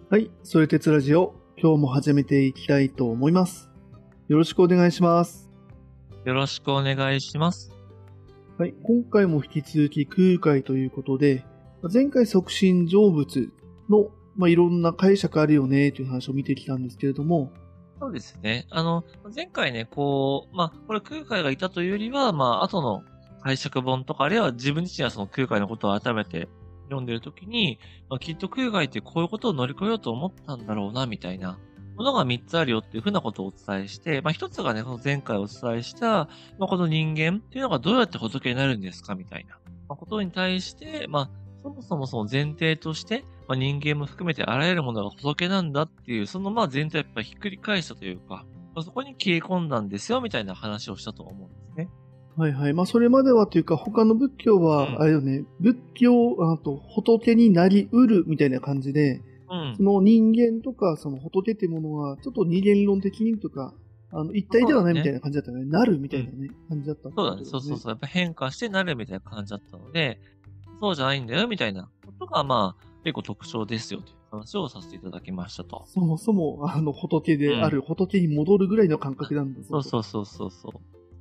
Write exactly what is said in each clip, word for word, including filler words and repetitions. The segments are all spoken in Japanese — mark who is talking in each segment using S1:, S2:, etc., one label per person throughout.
S1: はい、それ鉄ラジオ、今日も始めていきたいと思います。よろしくお願いします。
S2: よろしくお願いします。
S1: はい、今回も引き続き空海ということで、前回促進成仏の、まあ、いろんな解釈あるよねという話を見てきたんですけれども、
S2: そうですね。あの、前回ね、こう、まあ、これ空海がいたというよりは、まあ、後の解釈本とか、あるいは自分自身はその空海のことを改めて読んでるときに、まあ、きっと空海ってこういうことを乗り越えようと思ったんだろうな、みたいなものがみっつあるよっていうふうなことをお伝えして、まあ、ひとつがね、この前回お伝えした、まあ、この人間っていうのがどうやって仏になるんですか、みたいな、まあ、ことに対して、まあ、そもそもその前提として、まあ、人間も含めてあらゆるものが仏なんだっていう、そのまあ前提をやっぱりひっくり返したというか、まあ、そこに切り込んだんですよ、みたいな話をしたと思うんですね。
S1: はいはい。まあ、それまではというか、他の仏教は、
S2: うん。
S1: あれよね、仏教、あと仏になりうるみたいな感じで、
S2: うん。
S1: その人間とか、その仏っていうものは、ちょっと二元論的にとか、あの、一体ではないみたい
S2: そうだね。
S1: な感じだったよね。なるみた
S2: うん。
S1: いなね、感じだったってこ
S2: そうだね。
S1: とだよね。
S2: そうそうそう。やっぱ変化してなるみたいな感じだったので、そうじゃないんだよ、みたいなことが、まあ、結構特徴ですよという話をさせていただきましたと。
S1: そもそも、あの、仏
S2: うん。
S1: である、仏に戻るぐらいの感覚なんだぞと。
S2: そうそうそうそうそう。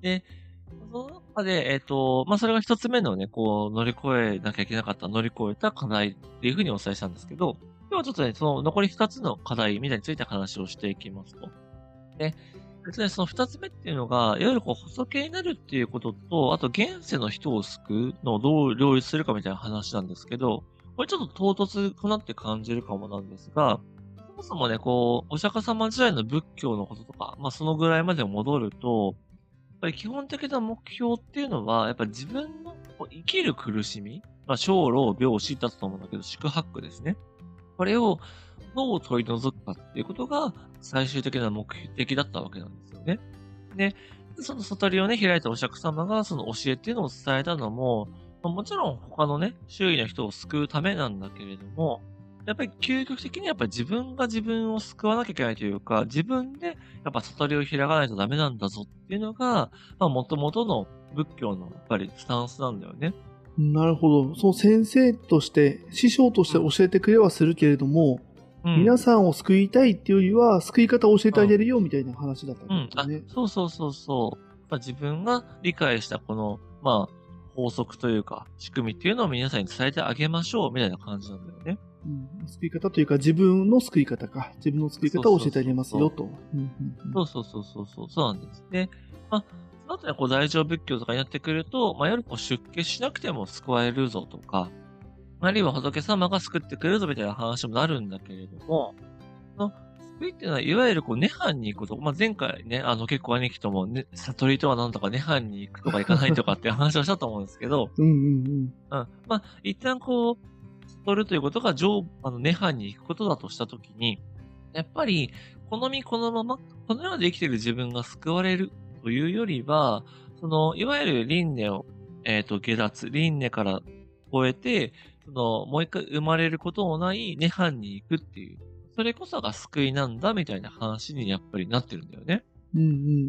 S2: で、その中で、えっと、まあ、それが一つ目のね、こう、乗り越えなきゃいけなかった、乗り越えた課題っていうふうにお伝えしたんですけど、今日はちょっとね、その残り二つの課題みたいについて話をしていきますと。で、別にその二つ目っていうのが、いわゆるこう、仏になるっていうことと、あと現世の人を救うのをどう両立するかみたいな話なんですけど、これちょっと唐突かなって感じるかもなんですが、そもそもね、こう、お釈迦様時代の仏教のこととか、まあそのぐらいまで戻ると、やっぱり基本的な目標っていうのは、やっぱり自分のこう生きる苦しみ、まあ、生老病死だったと思うんだけど、宿泊ですね。これをどう取り除くかっていうことが最終的な目的だったわけなんですよね。で、その悟りをね、開いたお釈迦様がその教えっていうのを伝えたのも、まあもちろん他のね、周囲の人を救うためなんだけれども、やっぱり究極的にやっぱり自分が自分を救わなきゃいけないというか、自分でやっぱ悟りを開かないとダメなんだぞっていうのが、まあ元々の仏教のやっぱりスタンスなんだよね。
S1: なるほど。その先生として、師匠として
S2: うん。
S1: 教えてくれはするけれども、
S2: うん。
S1: 皆さんを救いたいっていうよりは、救い方を教えてあ
S2: うん。
S1: げるよみたいな話だったっ
S2: うん。あ、
S1: てことね。
S2: そうそうそうそう。まあ、自分が理解したこの、まあ、法則というか、仕組みっていうのを皆さんに伝えてあげましょうみたいな感じなんだよね。
S1: うん、救い方というか、自分の救い方か。自分の救い
S2: そうそう
S1: 方を教えてあげ
S2: そうそう。
S1: ますよと。うんうん
S2: そうそうそうそうそう、そうなんです。で、まあ、その後ね、こう大乗仏教とかになってくると、まあ、いわゆるこう出家しなくても救われるぞとか、あるいは仏様が救ってくれるぞみたいな話もなるんだけれども、その救いっていうのは、いわゆるこう、涅槃に行くこと。まあ、前回ね、あの、結構兄貴ともね、悟りとは何とか涅槃に行くとか行かないとかっていう話をしたと思うんですけど、
S1: うんうんうん。
S2: うん。まあ、一旦こう、悟るということが上、あの、涅槃に行くことだとしたときに、やっぱり、この身このまま、この世で生きている自分が救われるというよりは、その、いわゆる輪廻を、えっと、下脱、輪廻から超えて、その、もう一回生まれることのない涅槃に行くっていう、それこそが救いなんだみたいな話にやっぱりなってるんだよね。
S1: うんうん。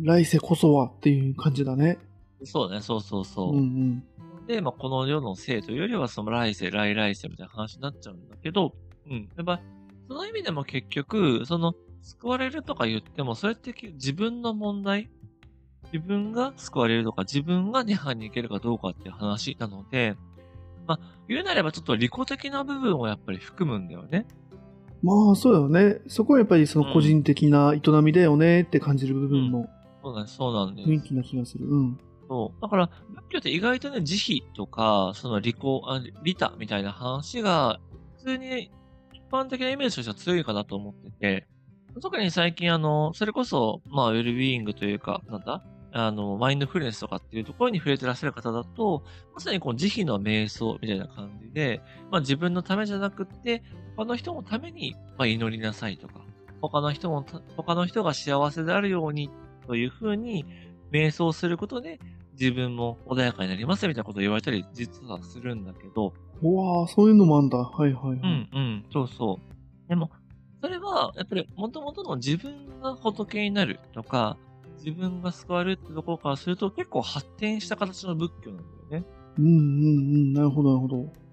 S1: 来世こそはっていう感じだね。
S2: そうね、そうそう
S1: うんう
S2: そ
S1: ん。
S2: う。で、まあ、この世の生というよりは、その来世、来来世みたいな話になっちゃうんだけど、うん。やっぱ、その意味でも結局、その、救われるとか言っても、それって結自分の問題、自分が救われるとか、自分が涅槃に行けるかどうかっていう話なので、まあ、言うなればちょっと利己的な部分をやっぱり含むんだよね。
S1: まあ、そうだよね。そこはやっぱりその個
S2: うん。
S1: 人的な営みだよねって感じる部
S2: うん。
S1: 分の
S2: そうなんです、そうなんです。
S1: 雰囲気な気がする。うん。
S2: そう。だから、仏教って意外とね、慈悲とか、その利己、あ、利他みたいな話が、普通に一般的なイメージとしては強いかなと思ってて、特に最近あの、それこそ、まあ、ウェルビーイングというか、なんだあの、マインドフルネスとかっていうところに触れてらっしゃる方だと、まさにこう慈悲の瞑想みたいな感じで、まあ自分のためじゃなくって、他の人のために、まあ祈りなさいとか、他の人もた、他の人が幸せであるようにというふうに瞑想することで、自分も穏やかになりますみたいなことを言われたり実はするんだけど、
S1: うわあ、そういうのもあんだ。はいはい
S2: う
S1: はい。
S2: んうん、そうそう。でも、それは、やっぱり元々の自分が仏になるとか、自分が救われるってところからすると結構発展した形の仏教なんだよね。
S1: うんうんうん。なるほどなるほど。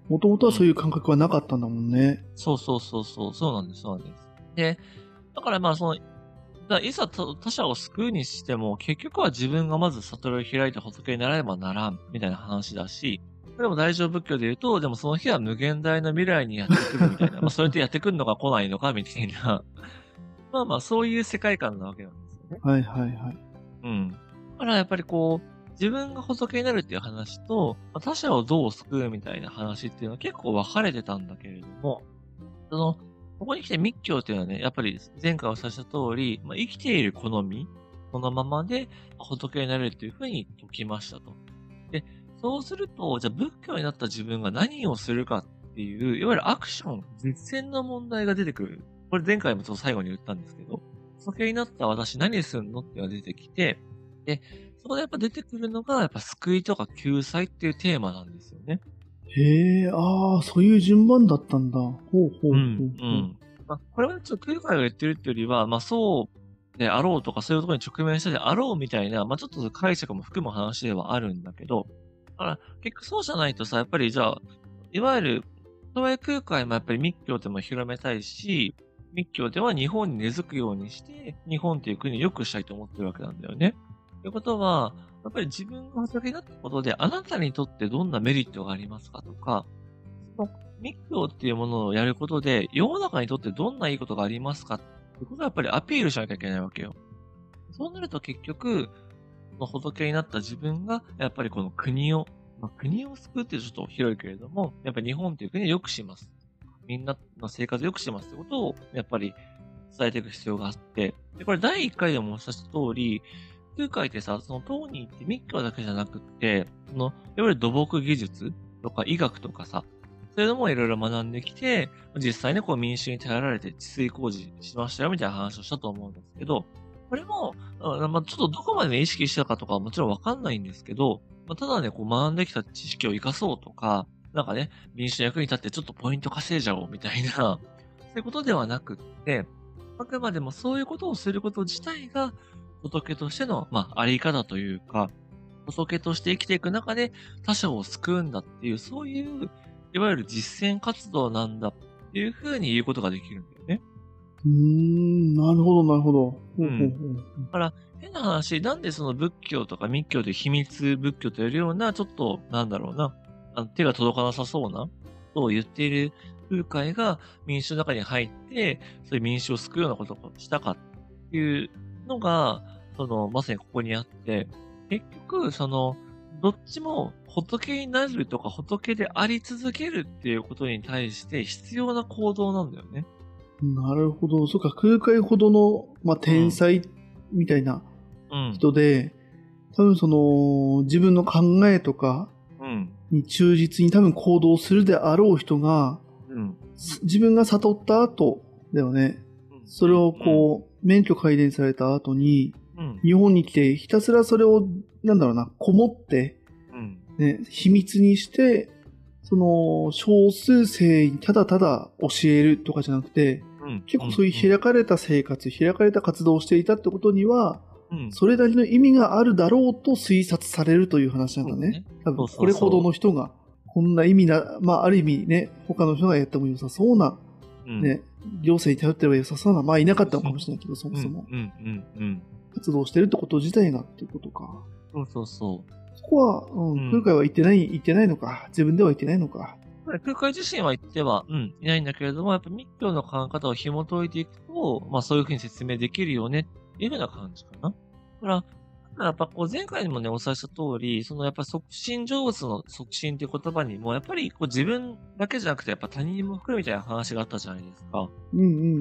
S1: もともとはそういう感覚はなかったんだもんね。
S2: そうそうそうそう、そうなんです、そうなんです。で、だからまあその、だいざ他他者を救うにしても、結局は自分がまず悟りを開いて仏にならねばならん、みたいな話だし、でも大乗仏教で言うと、でもその日は無限大の未来にやってくるみたいな、まあそれってやってくるのか来ないのかみたいな、まあまあそういう世界観なわけなんですよね。
S1: はいはいはい。
S2: うん。だからやっぱりこう、自分が仏になるっていう話と、まあ他者をどう救うみたいな話っていうのは結構分かれてたんだけれども、その、ここに来て密教っていうのはね、やっぱり前回お伝えした通り、まあ、生きている好み、そのままで仏になれるというふうに説きましたと。で、そうすると、じゃあ仏教になった自分が何をするかっていう、いわゆるアクション、実践の問題が出てくる。これ前回もちょっと最後に言ったんですけど、仏になった私何すんのっていうのが出てきて、で、そこでやっぱ出てくるのが、やっぱ救いとか救済っていうテーマなんですよね。
S1: へえ、ああ、そういう順番だったんだ。ほうほうほうほう。
S2: うん、うん。まあ、これはちょっと空海が言ってるっていうよりは、まあそうであろうとかそういうところに直面したであろうみたいな、まあちょっと解釈も含む話ではあるんだけど、だから結局そうじゃないとさ、やっぱりじゃあ、いわゆる、東映空海もやっぱり密教でも広めたいし、密教では日本に根付くようにして、日本っていう国を良くしたいと思ってるわけなんだよね。ということは、やっぱり自分が仏になったことで、あなたにとってどんなメリットがありますかとか、その密教っていうものをやることで、世の中にとってどんないいことがありますかってことはやっぱりアピールしなきゃいけないわけよ。そうなると結局、その仏になった自分が、やっぱりこの国を、まあ、国を救うっていうとちょっと広いけれども、やっぱり日本っていう国を良くします。みんなの生活を良くしますってことを、やっぱり伝えていく必要があって、で、これだいいっかいでもおっしゃった通り、空海ってさ、その当に行って密教だけじゃなくって、その、いわゆる土木技術とか医学とかさ、そういうのもいろいろ学んできて、実際ね、こう民衆に頼られて治水工事しましたよみたいな話をしたと思うんですけど、これも、あまあ、ちょっとどこまでね、意識したかとかはもちろんわかんないんですけど、まあ、ただね、こう学んできた知識を活かそうとか、なんかね、民衆の役に立ってちょっとポイント稼いじゃおうみたいな、そういうことではなくって、あくまでもそういうことをすること自体が、仏としての、まあ、あり方というか、仏として生きていく中で他者を救うんだっていう、そういう、いわゆる実践活動なんだっていうふうに言うことができるんだよね。
S1: うーん、なるほど、なるほど。ほうほうほう。
S2: だから、変な話、なんでその仏教とか密教で秘密仏教とやるような、ちょっと、なんだろうな、あの手が届かなさそうな、ことを言っている空海が民衆の中に入って、そういう民衆を救うようなことをしたかっていうのが、その、まさにここにあって、結局、その、どっちも仏になるとか仏であり続けるっていうことに対して必要な行動なんだよね。
S1: なるほど。そっか、空海ほどの、まあ、天才みたいな人で、うん、多分その、自分の考えとかに忠実に多分行動するであろう人が、うん、自分が悟った後だよね。うん、それをこう、免許改伝された後に、うん、日本に来てひたすらそれを、なんだろうな、こもって、うんね、秘密にして、その、少数生にただただ教えるとかじゃなくて、うん、結構そういう開かれた生活、うん、開かれた活動をしていたってことには、うん、それなりの意味があるだろうと推察されるという話なんだね。ね多分、これほどの人が、こんな意味な、まあ、ある意味ね、他の人がやっても良さそうな、うん、ね、行政に頼ってれば良さそうな、まあ、いなかったのかもしれないけど、そもそも。活動してるってこと自体がっていうことか。
S2: そうそうそう。
S1: そこは、うん、空海は言ってない、言ってないのか。自分では言ってないのか。
S2: 空海自身は言っては、うん、いないんだけれども、やっぱ密教の考え方を紐解いていくと、まあそういうふうに説明できるよねっていうような感じかな。だから、やっぱこう前回にもね、お伝えした通り、そのやっぱ促進成仏の促進っていう言葉にも、やっぱりこう自分だけじゃなくて、やっぱ他人も含むみたいな話があったじゃないですか。
S1: うんうんうんうん。うん。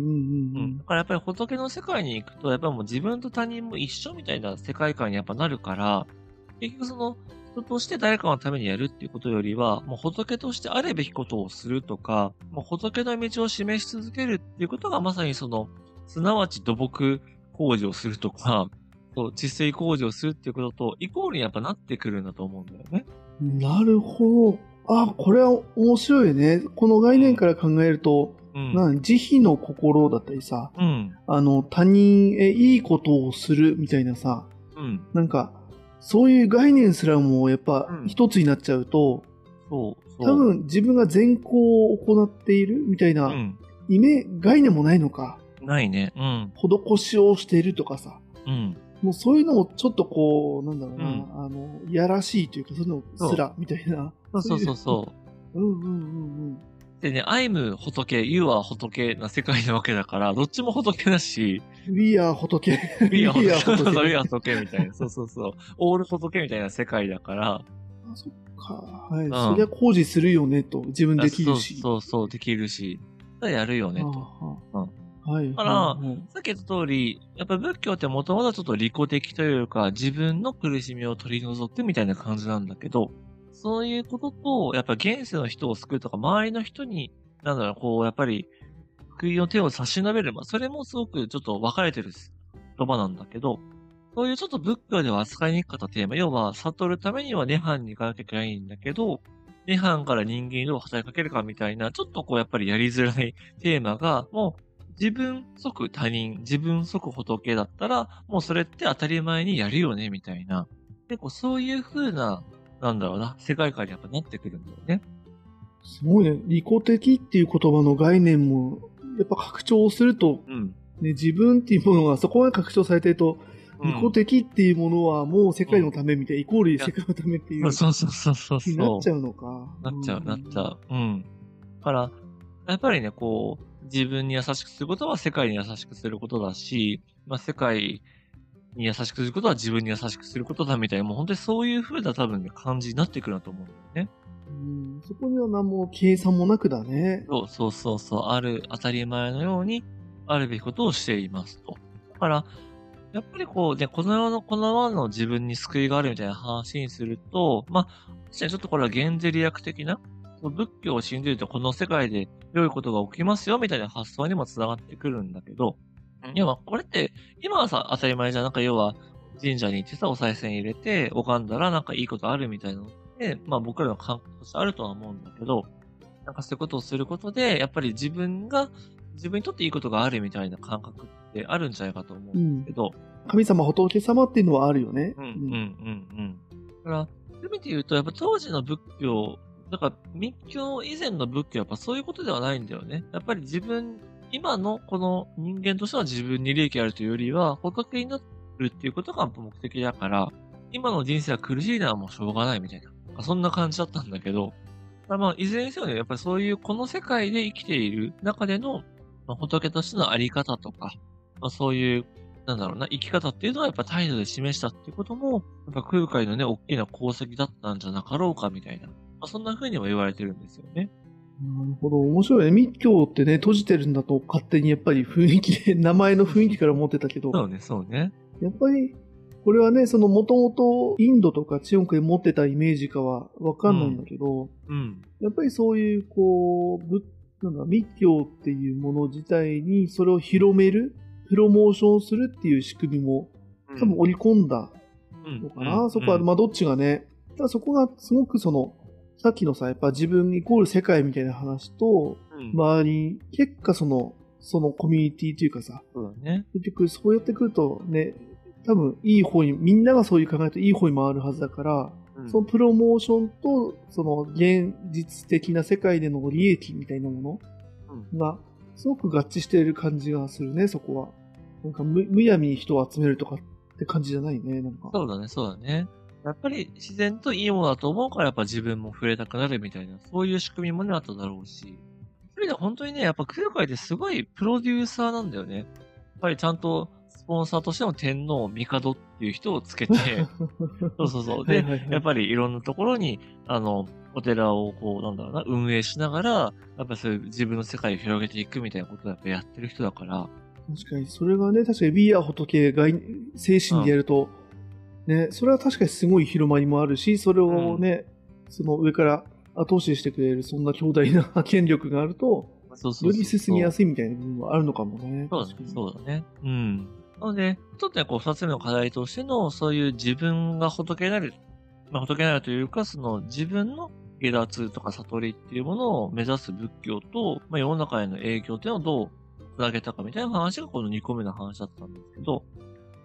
S2: だからやっぱり仏の世界に行くと、やっぱりもう自分と他人も一緒みたいな世界観にやっぱなるから、結局その、人として誰かのためにやるっていうことよりは、もう仏としてあるべきことをするとか、もう仏の道を示し続けるっていうことがまさにその、すなわち土木工事をするとか、そう治水工事をするっていうことと、イコールにやっぱなってくるんだと思うんだよね。
S1: なるほど。あ、これは面白いね。この概念から考えると、うん、なん慈悲の心だったりさ、うん、あの、他人へいいことをするみたいなさ、うん、なんか、そういう概念すらもやっぱ一つになっちゃうと、
S2: そう、そう。
S1: 多分自分が善行を行っているみたいな、イメ、うん、概念もないのか。
S2: ないね。うん。
S1: 施しをしているとかさ。
S2: うん。
S1: もうそういうのもちょっとこう、なんだろうな、うん、あの、いやらしいというか、そういうのすら、みたいな。
S2: そうそうそうそう。
S1: うんうんうんうん。
S2: でね、アイム仏、ユーは仏な世界なわけだから、どっちも仏だし。
S1: We are 仏。
S2: We are 仏。そうそう、We are 仏みたいな。そうそうそう。オール仏みたいな世界だから。
S1: あ、そっか。はい。うん、そりゃ工事するよねと。自分できるし。
S2: そうそうそう、できるし。やるよねと。
S1: はあはあ、うん。はい。
S2: だから、はいはい、さっき言った通り、やっぱり仏教ってもともとちょっと利己的というか、自分の苦しみを取り除くみたいな感じなんだけど、そういうことと、やっぱ現世の人を救うとか、周りの人に、なんだろう、こう、やっぱり、救いの手を差し伸べる。まあ、それもすごくちょっと分かれてる言葉なんだけど、そういうちょっと仏教では扱いにくかったテーマ、要は、悟るためには涅槃に行かなきゃいけないんだけど、涅槃から人間にどう働きかけるかみたいな、ちょっとこう、やっぱりやりづらいテーマが、もう、自分即他人、自分即仏だったら、もうそれって当たり前にやるよね、みたいな。結構そういう風な、なんだろうな、世界観にやっぱなってくるんだよね。
S1: すごいね。利己的っていう言葉の概念も、やっぱ拡張すると、うん、ね、自分っていうものがそこまで拡張されてると、うん、利己的っていうものはもう世界のためみたいな、うん、イコール世界のためっていう。
S2: そうそうそうそうそう。
S1: になっちゃうのか。
S2: なっちゃう、なっちゃう。うん。だから、やっぱりね、こう、自分に優しくすることは世界に優しくすることだし、まあ、世界に優しくすることは自分に優しくすることだみたいな、もう本当にそういう風な多分ね、感じになってくるなと思うんだよね。
S1: うん、そこには何も計算もなくだね。
S2: そうそうそうそう、ある当たり前のように、あるべきことをしていますと。だから、やっぱりこうね、この世の、この世の自分に救いがあるみたいな話にすると、まあ、確かにちょっとこれは原ゼリ薬的な、仏教を信じるとこの世界で良いことが起きますよみたいな発想にもつながってくるんだけど、要はこれって、今はさ、当たり前じゃん。なんか要は、神社に行ってさ、お賽銭入れて、拝んだらなんかいいことあるみたいなので、まあ僕らの感覚としてあるとは思うんだけど、なんかそういうことをすることで、やっぱり自分が、自分にとっていいことがあるみたいな感覚ってあるんじゃないかと思うんだけど、
S1: うん、神様、仏様っていうのはあるよね。
S2: うん、うん、うん、うん。だから、そういう意味で言うと、やっぱ当時の仏教、だから密教以前の仏教はやっぱそういうことではないんだよね。やっぱり自分、今のこの人間としては自分に利益あるというよりは、仏になるっていうことが目的だから、今の人生は苦しいのはもうしょうがないみたいな。そんな感じだったんだけど、まあ、いずれにせよね、やっぱりそういうこの世界で生きている中での、まあ、仏としてのあり方とか、まあ、そういう、なんだろうな、生き方っていうのはやっぱ態度で示したっていうことも、やっぱ空海のね、大きな功績だったんじゃなかろうかみたいな。まあ、そんな風にも言われてるんですよね。
S1: なるほど。面白いね。密教ってね、閉じてるんだと勝手にやっぱり雰囲気で、名前の雰囲気から思ってたけど。
S2: そうね、そうね。
S1: やっぱり、これはね、そのもともとインドとか中国で持ってたイメージかはわかんないんだけど、
S2: うん。うん、
S1: やっぱりそういう、こう、ぶなんだ密教っていうもの自体にそれを広める、プロモーションするっていう仕組みも多分織り込んだのかな。うんうん、そこは、まあどっちがね、ただそこがすごくその、さっきのさ、やっぱ自分イコール世界みたいな話と、うん、周り、結果その、そのコミュニティというかさ、
S2: そうだね。
S1: 結局そうやってくるとね、多分いい方に、みんながそういう考えといい方に回るはずだから、うん、そのプロモーションと、その現実的な世界での利益みたいなものが、すごく合致している感じがするね、そこは。なんかむ、むやみに人を集めるとかって感じじゃないね、なんか。
S2: そうだね、そうだね。やっぱり自然といいものだと思うからやっぱ自分も触れたくなるみたいな、そういう仕組みもね、あっただろうし。それで本当にね、やっぱ空海ってすごいプロデューサーなんだよね。やっぱりちゃんとスポンサーとしての天皇、帝っていう人をつけて、そうそうそう。で、はいはいはい、やっぱりいろんなところに、あの、お寺をこう、なんだろうな、運営しながら、やっぱそういう自分の世界を広げていくみたいなことをやっぱやってる人だから。
S1: 確かに、それがね、確かに We are 仏が精神でやると、うん、ね、それは確かにすごい広まりもあるし、それをね、うん、その上から後押ししてくれる、そんな強大な権力があると、そうそうそうそう、より進みやすいみたいな部分はあるのかもね。
S2: そうだね。そうだね。うん。なので、ちょっとね、こう、二つ目の課題としての、そういう自分が仏になる、まあ、仏になるというか、その自分の下脱とか悟りっていうものを目指す仏教と、まあ、世の中への影響っていうのをどうつなげたかみたいな話がこのにこめの話だったんですけど、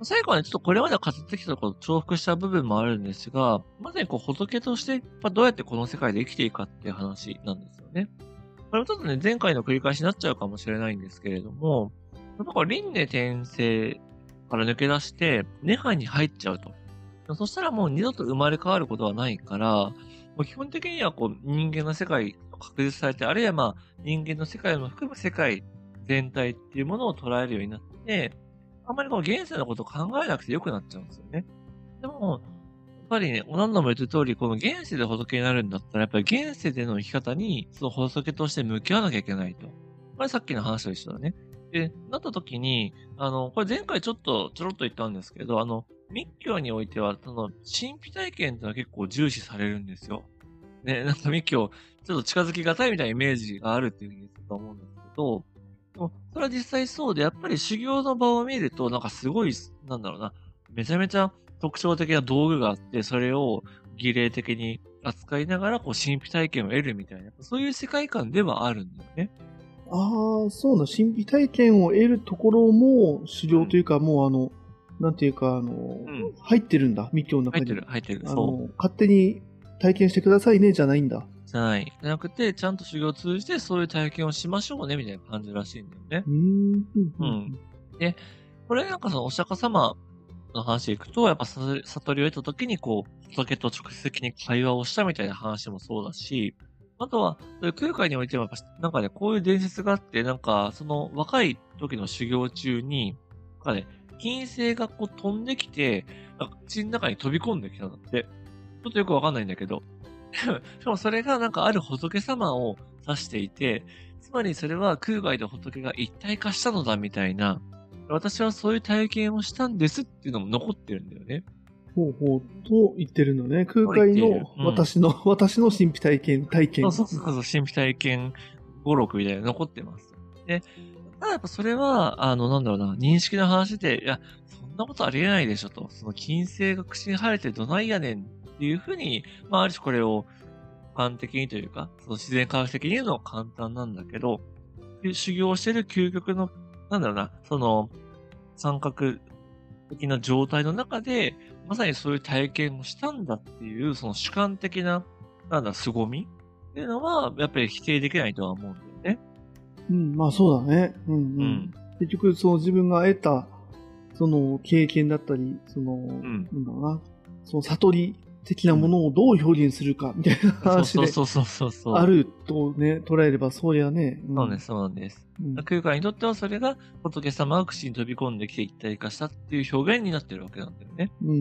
S2: 最後はね、ちょっとこれまで語ってきたことを重複した部分もあるんですが、まさにこう仏として、ま、どうやってこの世界で生きていくかっていう話なんですよね。これもちょっとね、前回の繰り返しになっちゃうかもしれないんですけれども、やっぱこう輪廻転生から抜け出して、涅槃に入っちゃうと。そしたらもう二度と生まれ変わることはないから、もう基本的にはこう人間の世界を確立されて、あるいはまあ人間の世界も含む世界全体っていうものを捉えるようになって、あんまりこの現世のことを考えなくて良くなっちゃうんですよね。でも、やっぱりね、何度も言ってる通り、この現世で仏になるんだったら、やっぱり現世での生き方に、その仏として向き合わなきゃいけないと。これさっきの話と一緒だね。で、なった時に、あの、これ前回ちょっと、ちょろっと言ったんですけど、あの、密教においては、その、神秘体験っていうのは結構重視されるんですよ。ね、なんか密教、ちょっと近づきがたいみたいなイメージがあるっていうふうに言ってたと思うんですけど、でもそれは実際そうで、やっぱり修行の場を見ると、なんかすごい、なんだろうな、めちゃめちゃ特徴的な道具があって、それを儀礼的に扱いながら、こう、神秘体験を得るみたいな、そういう世界観ではあるんだよね。
S1: ああ、そうな、神秘体験を得るところも修行というか、うん、もうあの、なんていうか、あの、うん、入ってるんだ、密教の中に。
S2: 入ってる、入ってる。
S1: あの、勝手に体験してくださいね、じゃないんだ。
S2: じゃない。じゃなくて、ちゃんと修行を通じて、そういう体験をしましょうね、みたいな感じらしいんだよね。
S1: うーん。
S2: うん。で、これなんかそのお釈迦様の話でいくと、やっぱ悟りを得た時に、こう、仏と直接的に会話をしたみたいな話もそうだし、あとは、そういう空海においては、なんかね、こういう伝説があって、なんか、その若い時の修行中に、なんかね、金星がこう飛んできて、なんか口の中に飛び込んできたんだって。ちょっとよくわかんないんだけど。しかもそれがなんかある仏様を指していて、つまりそれは空海と仏が一体化したのだみたいな、私はそういう体験をしたんですっていうのも残ってるんだよね。
S1: ほうほうと言ってるのね。空海の私の、うん、私の神秘体験、体験。
S2: そうそうそう、神秘体験語録みたいなの残ってます。で、ただやっぱそれは、あの、なんだろうな、認識の話で、いや、そんなことありえないでしょと。その金星が口に生えてどないやねんっていうふうに、まあ、ある種これを、感的にというか、その自然科学的に言うのは簡単なんだけど、修行してる究極の、なんだろうな、その、三角的な状態の中で、まさにそういう体験をしたんだっていう、その主観的な、なんだ、凄みっていうのは、やっぱり否定できないとは思うんだよね。
S1: うん、まあそうだね。うんうん。うん、結局、その自分が得た、その経験だったり、その、うん、なんだろうな、その悟り的なものをどう表現するかみたいな話であるとね、捉えればそうやね。
S2: うん、そうです、そうなんです。うん、空海にとってはそれが仏様が口に飛び込んできて一体化したっていう表現になってるわけなんだよね。
S1: うんうんうん。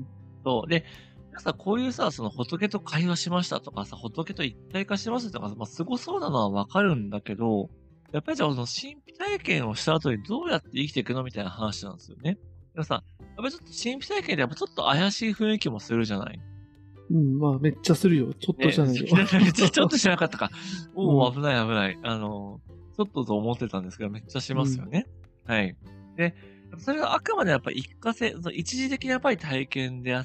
S2: そう。で、さ、こういうさ、その仏と会話しましたとかさ、仏と一体化しますとか、まあ、すごそうなのはわかるんだけど、やっぱりじゃあ、その神秘体験をした後にどうやって生きていくのみたいな話なんですよね。でもさ、やっぱりちょっと神秘体験でやっぱちょっと怪しい雰囲気もするじゃない。
S1: うん、まあめっちゃするよ。ちょっとじゃないよ。
S2: ね、ちょっとしなかったか。おお、危ない危ない。あの、ちょっとと思ってたんですけど、めっちゃしますよね。うん、はい。で、それはあくまでやっぱり一過性、一時的なやっぱり体験であって、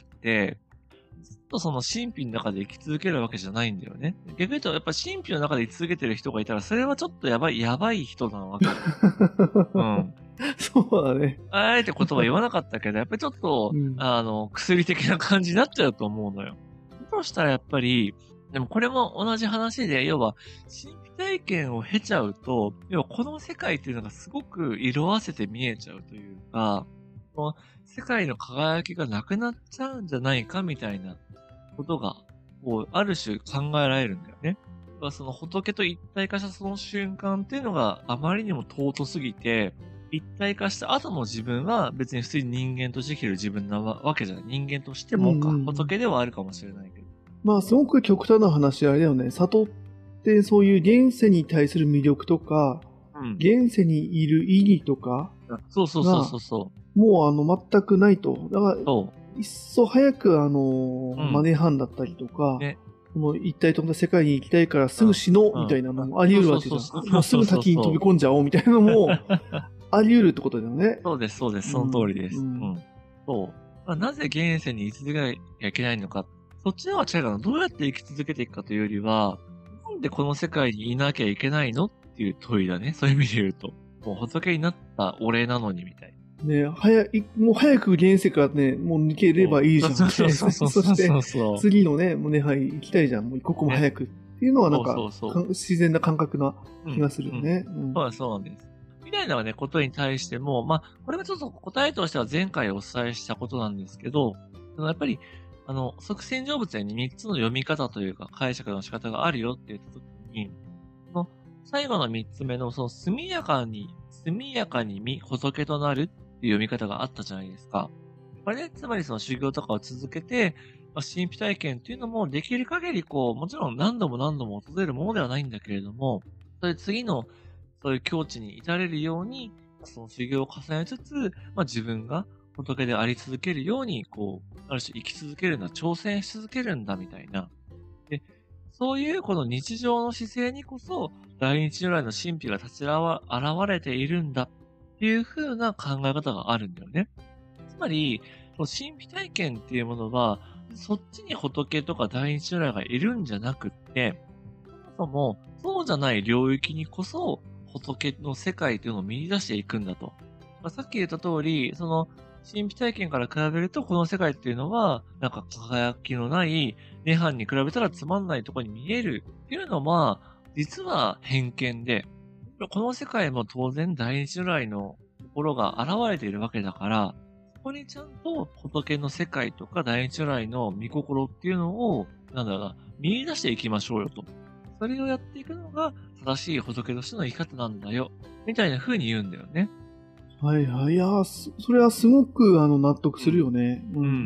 S2: ずっとその神秘の中で生き続けるわけじゃないんだよね。逆に言うと、やっぱ神秘の中で生き続けてる人がいたら、それはちょっとやばい、やばい人なわけ。うん。
S1: そうだね。
S2: あえて言葉言わなかったけど、やっぱりちょっと、うん、あの、薬的な感じになっちゃうと思うのよ。そうしたらやっぱり、でもこれも同じ話で、要は、神秘体験を経ちゃうと、要はこの世界っていうのがすごく色あせて見えちゃうというか、この世界の輝きがなくなっちゃうんじゃないかみたいなことが、こう、ある種考えられるんだよね。その仏と一体化したその瞬間っていうのがあまりにも尊すぎて、一体化した後の自分は別に普通に人間として生きる自分なわけじゃない。人間としてもか、仏ではあるかもしれないけど。
S1: まあすごく極端な話あれだよね。悟ってそういう現世に対する魅力とか、うん、現世にいる意義とか、
S2: そうそうそうそうそう。
S1: もうあの全くないと。だから、いっそ早くあの、うん、マネハンだったりとか、ね、この一体となった世界に行きたいからすぐ死のうみたいなのもあり得るわけじゃん。もうすぐ滝に飛び込んじゃおうみたいなのもあり得るってことだよね。
S2: そうです、そうです。その通りです。うん。うん、そう。まあ、なぜ現世に居続けなきゃいけないのか。そっちの方が違うかな。どうやって生き続けていくかというよりは、なんでこの世界にいなきゃいけないのっていう問いだね。そういう意味で言うと。もう仏になった俺なのにみたいな。
S1: ね、早い、もう早く現世からね、もう抜ければいいじゃん。
S2: そうそうそうそう
S1: そして、
S2: そう。
S1: 次のね、もうね、はい、行きたいじゃん。もう一刻も早くっていうのはなんか、
S2: そうそうそう
S1: か自然な感覚な
S2: うん
S1: 気がするよね。うん。
S2: そうなんそうなんです。みたいなね、ことに対しても、まあ、これはちょっと答えとしては前回お伝えしたことなんですけど、そのやっぱり、あの、即戦成仏にみっつの読み方というか解釈の仕方があるよって言ったときに、その最後のみっつめのその速やかに、速やかに見仏となるっていう読み方があったじゃないですか。これね、つまりその修行とかを続けて、まあ、神秘体験っていうのもできる限りこう、もちろん何度も何度も訪れるものではないんだけれども、それ次のそういう境地に至れるように、その修行を重ねつつ、まあ、自分が仏であり続けるように、こう、ある種生き続けるんだ、挑戦し続けるんだ、みたいな。で、そういうこの日常の姿勢にこそ、大日如来の神秘が立ち現れているんだっていう風な考え方があるんだよね。つまり、その神秘体験っていうものは、そっちに仏とか大日如来がいるんじゃなくって、そもそもそうじゃない領域にこそ仏の世界というのを見出していくんだと。まあ、さっき言った通り、その神秘体験から比べるとこの世界っていうのは、なんか輝きのない涅槃に比べたらつまんないところに見えるっていうのは、実は偏見で、この世界も当然大日如来の心が現れているわけだから、そこにちゃんと仏の世界とか大日如来の御心っていうのを、なんだろうな、見出していきましょうよと。それをやっていくのが正しい仏としての生き方なんだよ。みたいな風に言うんだよね。
S1: はいはい。いやー、そそれはすごくあの納得するよね。
S2: うん、うん、うん。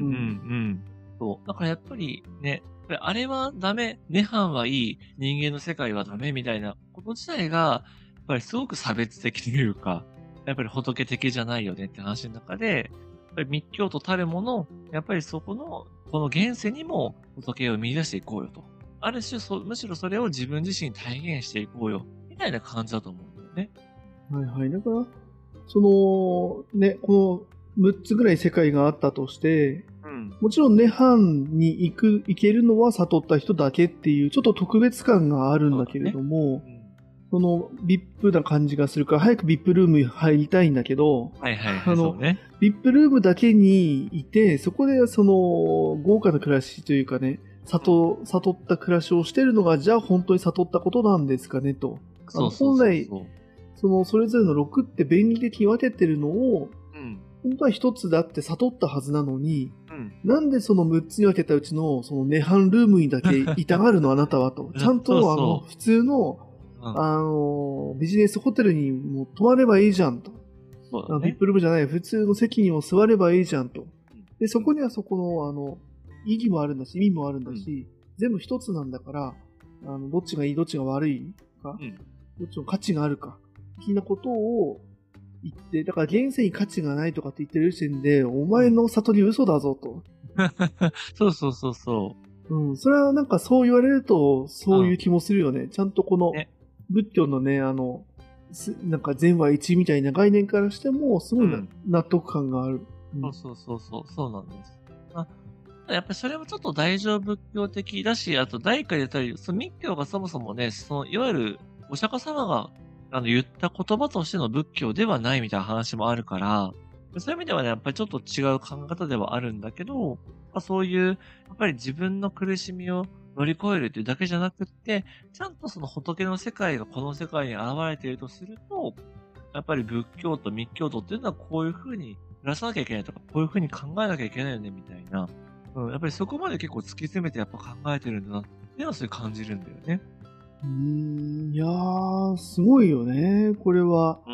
S2: そう。だからやっぱりね、これあれはダメ、涅槃はいい、人間の世界はダメみたいなこと自体が、やっぱりすごく差別的というか、やっぱり仏的じゃないよねって話の中で、やっぱり密教徒たるもの、やっぱりそこの、この現世にも仏を見出していこうよと。ある種そ、むしろそれを自分自身に体現していこうよ。みたいな感じだと思うんだよね。
S1: はいはい。だから、その、ね、このむっつぐらい世界があったとして、うん、もちろん涅槃に行く、行けるのは悟った人だけっていう、ちょっと特別感があるんだけれども、その ブイアイピー な感じがするから、早く ブイアイピー ルームに入りたいんだけど、
S2: はいはいはい、
S1: あの、ね、ブイアイピー ルームだけにいて、そこでその豪華な暮らしというかね、悟、悟った暮らしをしてるのが、じゃあ本当に悟ったことなんですかねと。そうそうそうそう。本来、そのそれぞれのろくって便宜的に分けてるのを、うん、本当は一つだって悟ったはずなのに、うん、なんでそのむっつに分けたうちのその涅槃ルームにだけいたがるのあなたはと。ちゃんとそうそうあの普通の、うん、あのビジネスホテルにも泊まればいいじゃんと。そうだね、ビップルームじゃない普通の席にも座ればいいじゃんと。でそこにはそこのあの意義もあるんだし意味もあるんだし、うん、全部一つなんだからあのどっちがいいどっちが悪いか、うん、どっちの価値があるか的なことを言って、だから現世に価値がないとかって言ってる時点でお前の悟り嘘だぞと。
S2: そうそうそうそう。
S1: うん、それはなんかそう言われるとそういう気もするよね。うん、ちゃんとこの仏教のねあのなんか善は一みたいな概念からしてもすごい、うん、納得感がある。
S2: うん、そうそうそうそうそうなんです。あやっぱりそれもちょっと大乗仏教的だし、あと第一回で言ったり、その密教がそもそもね、そのいわゆるお釈迦様があの言った言葉としての仏教ではないみたいな話もあるから、そういう意味ではね、やっぱりちょっと違う考え方ではあるんだけど、まあ、そういう、やっぱり自分の苦しみを乗り越えるっていうだけじゃなくって、ちゃんとその仏の世界がこの世界に現れているとすると、やっぱり仏教徒、密教徒っていうのはこういう風に暮らさなきゃいけないとか、こういう風に考えなきゃいけないよね、みたいな。うん、やっぱりそこまで結構突き詰めてやっぱ考えてるんだなっていうのはそういう感じるんだよね。
S1: うーん、いやー、すごいよね、これは。うん。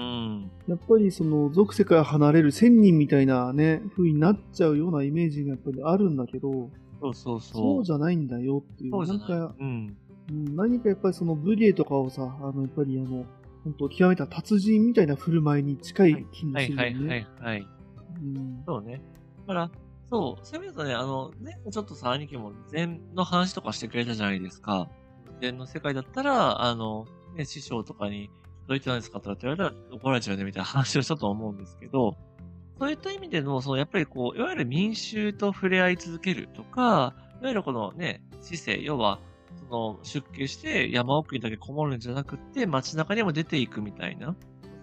S1: やっぱりその、俗世から離れる仙人みたいなね、風になっちゃうようなイメージがやっぱりあるんだけど、
S2: そうそうそう。
S1: そうじゃないんだよっていう。
S2: そうじゃない。
S1: なんか、うん、何かやっぱりその武芸とかをさ、あの、やっぱりあの、本当極めた達人みたいな振る舞いに近い気もするよね。
S2: はいはいはいはい、うん。そうね。だから、そう、そういう意味だとね、あの、ね、ちょっとさ、兄貴も禅の話とかしてくれたじゃないですか。禅の世界だったら、あの、ね、師匠とかに、どういったんですかとかって言われたら怒られちゃうねみたいな話をしたと思うんですけど、そういった意味での、そのやっぱりこう、いわゆる民衆と触れ合い続けるとか、いわゆるこのね、知性、要は、その出家して山奥にだけこもるんじゃなくて、街中にも出ていくみたいな、そう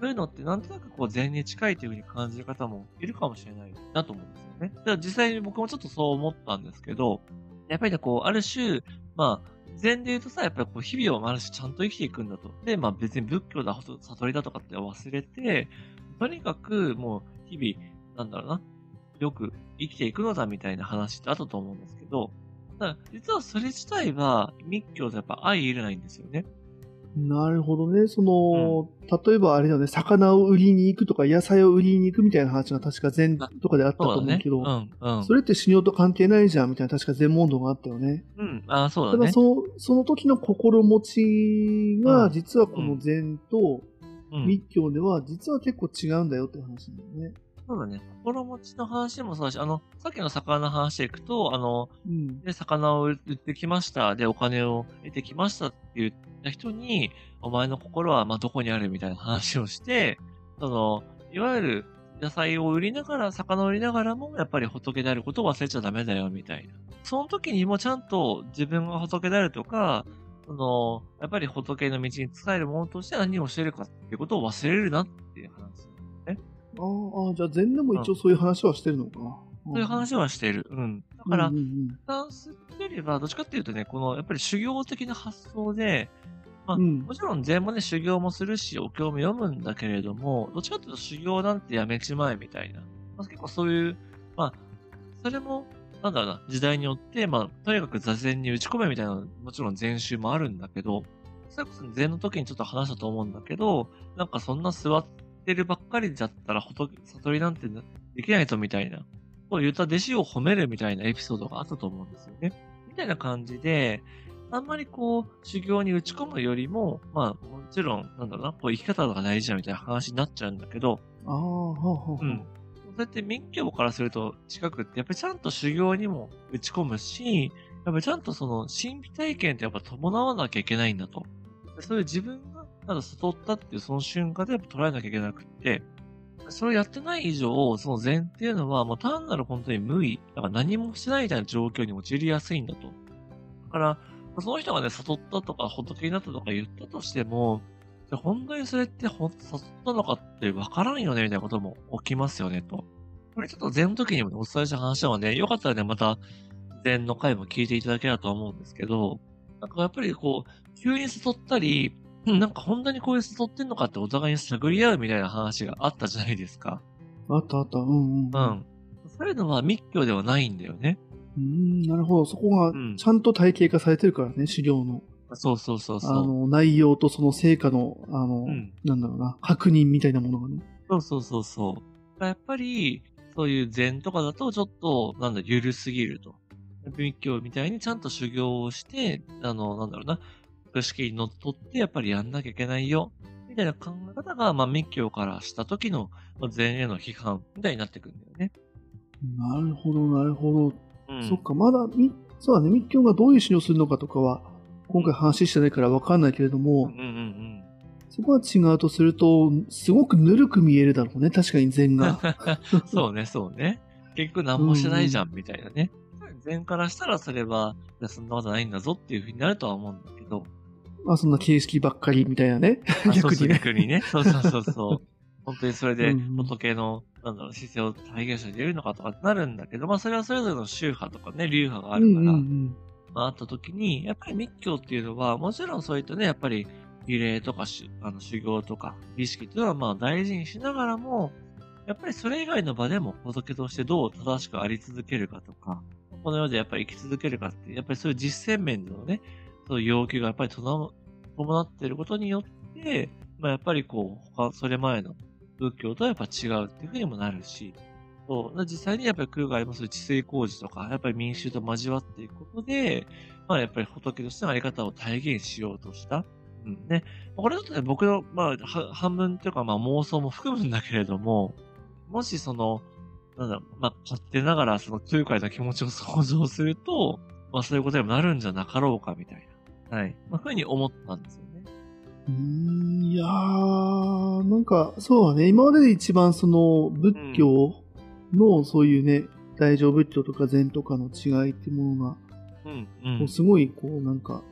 S2: そういうのってなんとなくこう禅に近いというふうに感じる方もいるかもしれないなと思うんですよね。だから実際に僕もちょっとそう思ったんですけど、やっぱりね、こう、ある種、まあ、禅で言うとさ、やっぱりこう、日々をある種ちゃんと生きていくんだと。で、まあ別に仏教だ、悟りだとかって忘れて、とにかくもう日々、なんだろうな、よく生きていくのだみたいな話ってあったと思うんですけど、ただ実はそれ自体は密教とやっぱ相入れないんですよね。
S1: なるほどね。そ
S2: うん。
S1: の、例えばあれだよね、魚を売りに行くとか野菜を売りに行くみたいな話が確か禅
S2: あ、
S1: とかであった
S2: そうだね。
S1: と思うけど、
S2: うん、うん。
S1: それって修行と関係ないじゃんみたいな確か禅問答があったよね。
S2: うん、あ、そうだ
S1: ただ
S2: ね。
S1: その、その時の心持ちが、
S2: うん、
S1: 実はこの
S2: うん、
S1: 禅と
S2: うん。
S1: 密教では、実は結構違うんだよって話だよね。
S2: そうだね。心持ちの話もそうだし、あの、さっきの魚の話でいくと、あの、
S1: うん。
S2: で、魚を売ってきました。で、お金を得てきましたって言った人に、お前の心は、まあ、どこにあるみたいな話をして、その、いわゆる野菜を売りながら、魚を売りながらも、やっぱり仏であることを忘れちゃダメだよ、みたいな。その時にもちゃんと自分が仏であるとか、その、やっぱり仏の道に仕えるものとして何をしているかっていうことを忘れるなっていう話なんだよね。
S1: あーあー、じゃあ禅でも
S2: うん。
S1: 一応そういう話はしてるのかな。
S2: そういう話はしている。うん。だ
S1: うんうんう
S2: から、
S1: ん。
S2: スタンスっていうよりは、どっちかっていうとね、このやっぱり修行的な発想で、まあ、
S1: うん。
S2: もちろん禅もね、修行もするし、お経も読むんだけれども、どっちかっていうと修行なんてやめちまえみたいな。まあ、結構そういう、まあ、それも、なんだろうな、時代によって、まあ、とにかく座禅に打ち込めみたいな、もちろん禅宗もあるんだけど、それこそ禅の時にちょっと話したと思うんだけど、なんかそんな座ってるばっかりだったら、仏、悟りなんてできないぞみたいな、そう言った弟子を褒めるみたいなエピソードがあったと思うんですよね。みたいな感じで、あんまりこう、修行に打ち込むよりも、まあ、もちろん、なんだろうな、こう生き方が大事だみたいな話になっちゃうんだけど、
S1: ああ、はあはあはあ。
S2: うん。そうやって密教からすると近くって、やっぱりちゃんと修行にも打ち込むし、やっぱりちゃんとその神秘体験ってやっぱ伴わなきゃいけないんだと。そういう自分がただ悟ったっていうその瞬間でやっぱ捉えなきゃいけなくって、それをやってない以上、その禅っていうのはもう単なる本当に無意、だから何もしないみたいな状況に陥りやすいんだと。だから、その人がね、悟ったとか仏になったとか言ったとしても、じゃ本当にそれってほんと悟ったのかってわからんよねみたいなことも起きますよねと。これちょっと禅の時にもね、お伝えした話なので、よかったらね、また禅の回も聞いていただければと思うんですけど、なんかやっぱりこう、急に悟ったり、うん、なんか本当にこういう悟ってんのかってお互いに探り合うみたいな話があったじゃないですか。
S1: あったあった。うんうんうん。
S2: うん。そういうのは密教ではないんだよね。
S1: うーん、なるほど。そこが
S2: うん。
S1: ちゃんと体系化されてるからね、修行の。
S2: そうそうそうそ
S1: あの、内容とその成果の、あ
S2: う。う
S1: の、
S2: ん。
S1: なんだろうな、確認みたいなものがね。
S2: そうそうそうそう。やっぱり、そういう禅とかだとちょっと、なんだ、ゆるすぎると。密教みたいにちゃんと修行をして、あの、なんだろうな、格式にのっとってやっぱりやんなきゃいけないよ。みたいな考え方が、まあ密教からした時の、まあ、禅への批判みたいになってくるんだよね。
S1: なるほど、なるほど。
S2: うん。
S1: そっか、まだ、み、そうだね、密教がどういう修行をするのかとかは、今回話してないからわかんないけれども、
S2: うんうんうんうん。
S1: そこは違うとすると、すごくぬるく見えるだろうね、確かに禅が。
S2: そうね、そうね。結局何
S1: う
S2: もしてな
S1: んうん。
S2: いじゃん、みたいなね。禅からしたらそれは、いや、そんなことないんだぞっていう風になるとは思うんだけど。
S1: まあ、そんな形式ばっかりみたいなね。
S2: あ、そうそう、
S1: 逆にね。
S2: 逆にね。そうそうそうそう。本当にそれで
S1: うんうん。
S2: 仏の、なんだろう、姿勢を体現しているのかとかってなるんだけど、まあそれはそれぞれの宗派とかね、流派があ
S1: うんうんう
S2: るから、
S1: ん。
S2: まああった時に、やっぱり密教っていうのは、もちろんそういったね、やっぱり儀礼とかしあの修行とか儀式っていうのはまあ大事にしながらも、やっぱりそれ以外の場でも仏としてどう正しくあり続けるかとか、この世でやっぱり生き続けるかっていう、やっぱりそういう実践面でのね、そういう要求がやっぱり伴伴っていることによって、まあやっぱりこう、他、それ前の仏教とはやっぱ違うっていうふうにもなるし、そう、実際にやっぱり空があります治水工事とか、やっぱり民衆と交わっていくことで、まあやっぱり仏としてのあり方を体現しようとした。うんね。これだとね、僕の、まあ、は半分というかまあ妄想も含むんだけれども、もしその、なんだろう、まあ、勝手ながらその空海の気持ちを想像すると、まあそういうことにもなるんじゃなかろうかみたいな。はい。まあ、ふうに思ったんですよね。
S1: うーん、いやー、なんか、そうだね。今までで一番その仏
S2: うん。
S1: 教のそういうね、大乗仏教とか禅とかの違いっていうものが、
S2: うん、うん。
S1: こうすごい、こうなんか、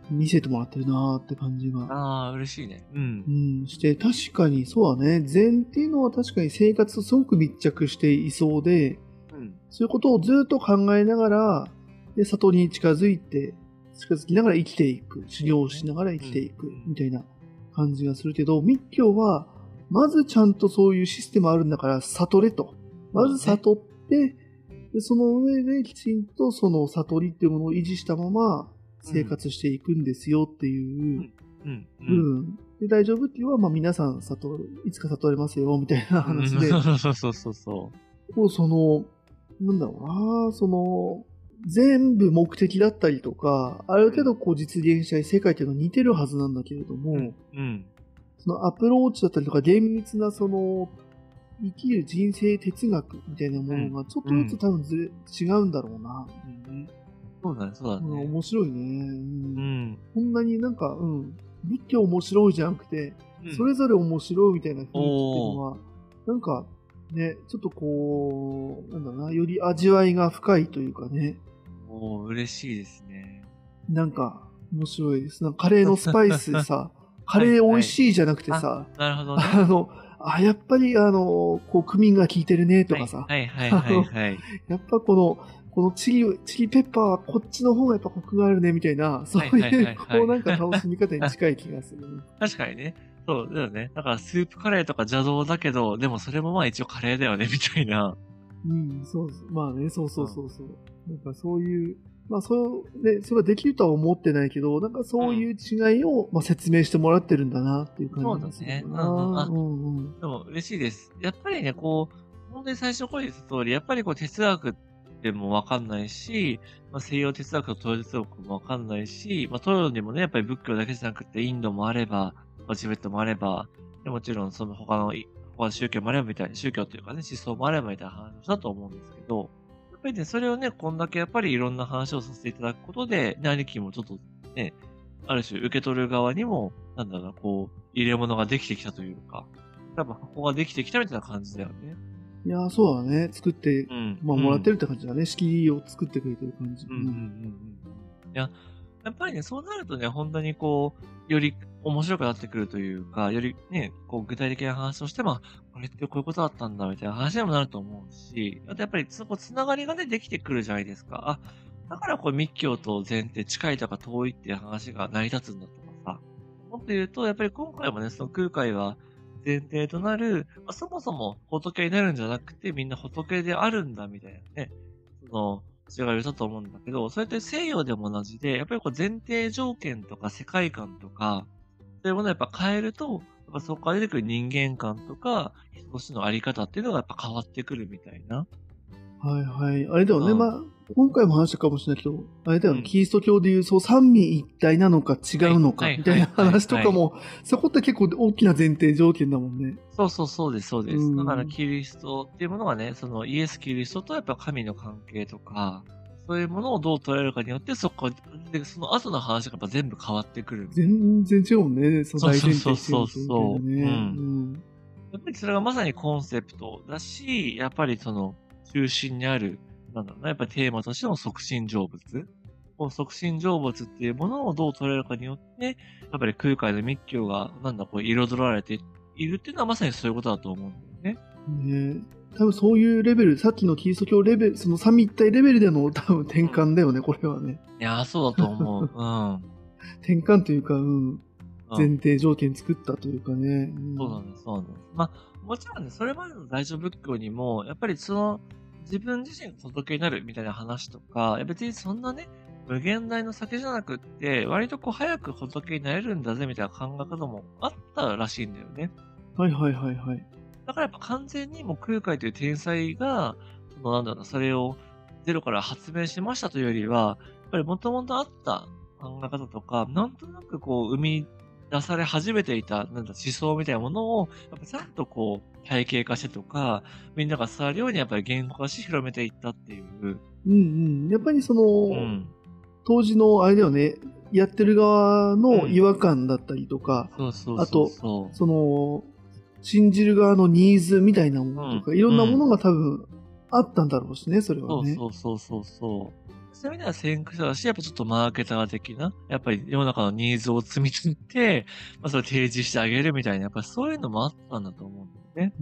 S1: 見せてもらってるなーって感じが。
S2: ああ、嬉しいね。うん。
S1: うん、して、確かにそうだね。禅っていうのは確かに生活とすごく密着していそうで、うん、そういうことをずっと考えながら、で、悟りに近づいて、近づきながら生きていく、修行しながら生きていく、みたいな感じがするけど、密教は、まずちゃんとそういうシステムあるんだから、悟れと。まず悟って、でその上できちんとその悟りっていうものを維持したまま生活していくんですよっていう部分。で、大乗仏教はまあ皆さん悟る、いつか悟れますよみたいな話で。
S2: そうそうそうそうそう。
S1: こうその、なんだろうな、その、全部目的だったりとか、ある程度こう実現したい世界っていうのは似てるはずなんだけれども、うんうん、そのアプローチだったりとか厳密なその生きる人生哲学みたいなものがちょっとずつ多分ずれ、うん、違うんだろうな。うん、
S2: そうだね、そうだね。
S1: 面白いね。うん。こんなになんか、うん、仏教面白いじゃなくて、うん、それぞれ面白いみたいな雰囲気っていうのは、なんかね、ちょっとこう、なんだろうな、より味わいが深いというかね。
S2: おー、嬉しいですね。
S1: なんか、面白いです。なんかカレーのスパイスさ、カレー美味しいじゃなくてさ、はいはい、
S2: なるほどね。
S1: あの、あ、やっぱり、あの、こう、クミンが効いてるね、とかさ。
S2: はいはいはいはい、はい。
S1: やっぱこの、このチリ、チリペッパーはこっちの方がやっぱコクがあるね、みたいな、そういう、こうなんか楽しみ方に近い気がする、ね。
S2: 確かにね。そうだよね。だからスープカレーとか邪道だけど、でもそれもまあ一応カレーだよね、みたいな。
S1: うん、そうそう。まあね、そうそうそうそう。うん、なんかそういう、まあそう、ね、それはできるとは思ってないけど、なんかそういう違いを、うん、まあ、説明してもらってるんだなっていう感じがするな。そうだね。うんうん。あ、うんうん。
S2: でも嬉しいです。やっぱりね、こう、本当に最初の声言った通り、やっぱりこう哲学でもわかんないし、まあ、西洋哲学と東洋哲学もわかんないし、まあ、東洋にもね、やっぱり仏教だけじゃなくて、インドもあれば、まあ、チベットもあれば、でもちろんその他の、他の宗教もあればみたいな、宗教というかね、思想もあればみたいな話だと思うんですけど、やっぱりね、それをね、こんだけやっぱりいろんな話をさせていただくことで、ね、兄貴もちょっとね、ある種受け取る側にも、なんだろうな、こう、入れ物ができてきたというか、多分箱ができてきたみたいな感じだよね。
S1: いやー、そうだね。作って、うん、まあ、もらってるって感じだね。仕切りを作ってくれてる感じ。うん。うんうんうんうん。
S2: いや、やっぱりね、そうなるとね、本当にこう、より面白くなってくるというか、よりね、こう、具体的な話をして、まあ、これってこういうことだったんだ、みたいな話にもなると思うし、あとやっぱりそこ、つながりがね、できてくるじゃないですか。あ、だからこう、密教と禅って近いとか遠いっていう話が成り立つんだとかさ。もっと言うと、やっぱり今回もね、その空海は、前提となる、まあ、そもそも仏になるんじゃなくてみんな仏であるんだみたいなね、その違いを言ったと思うんだけど、それって西洋でも同じで、やっぱりこう前提条件とか世界観とか、そういうものをやっぱ変えると、やっぱそこから出てくる人間観とか、人としてのあり方っていうのがやっぱ変わってくるみたいな。
S1: はいはい。あれだよね、うん、まあ、今回も話したかもしれないけど、あれだよね、うん、キリスト教でいう、そう三位一体なのか違うのか、みたいな話とかも、そこって結構大きな前提条件だもんね。
S2: そうそうそうです、そうです。うん、だからキリストっていうものがね、そのイエス・キリストとやっぱ神の関係とか、そういうものをどう捉えるかによって、そこで、その後の話がやっぱ全部変わってくる。
S1: 全然違うもんね、その大前提してる
S2: そうそうそう。ね、うん。やっぱりそれがまさにコンセプトだし、やっぱりその中心にある、なんだろうな、やっぱりテーマとしての即身成仏。この即身成仏っていうものをどう捉えるかによって、やっぱり空海の密教が、なんだ、こう、彩られているっていうのはまさにそういうことだと思うんだよ
S1: ね。ね多分そういうレベル、さっきのキリスト教レベル、その三位一体レベルでの多分転換だよね、うん、これはね。
S2: いやー、そうだと思う。うん。
S1: 転換というか、うん。前提条件作ったというかね。
S2: うん、そうなんです、そうなんです。まあ、もちろんね、それまでの大乗仏教にも、やっぱりその、自分自身が仏になるみたいな話とか、別にそんなね、無限大の先じゃなくって、割とこう早く仏になれるんだぜみたいな考え方もあったらしいんだよね。
S1: はいはいはいはい。
S2: だからやっぱ完全にもう空海という天才が、そのなんだろうな、それをゼロから発明しましたというよりは、やっぱりもともとあった考え方とか、なんとなくこう生み出され始めていた、なんだ、思想みたいなものを、やっぱちゃんとこう、体系化してとか、みんなが伝わるようにやっぱり言語化し広めていったっていう。
S1: うんうん。やっぱりその、うん、当時のあれだよね、やってる側の違和感だったりとか、
S2: うん、そうそう
S1: あと、その、信じる側のニーズみたいなものとか、うん、いろんなものが多分あったんだろうしね、それはね。
S2: そうそうそうそうそう。 そういう意味では先駆者だし、やっぱちょっとマーケター的な、やっぱり世の中のニーズを積み取って、まあそれを提示してあげるみたいな、やっぱりそういうのもあったんだと思うんだよね。
S1: うん、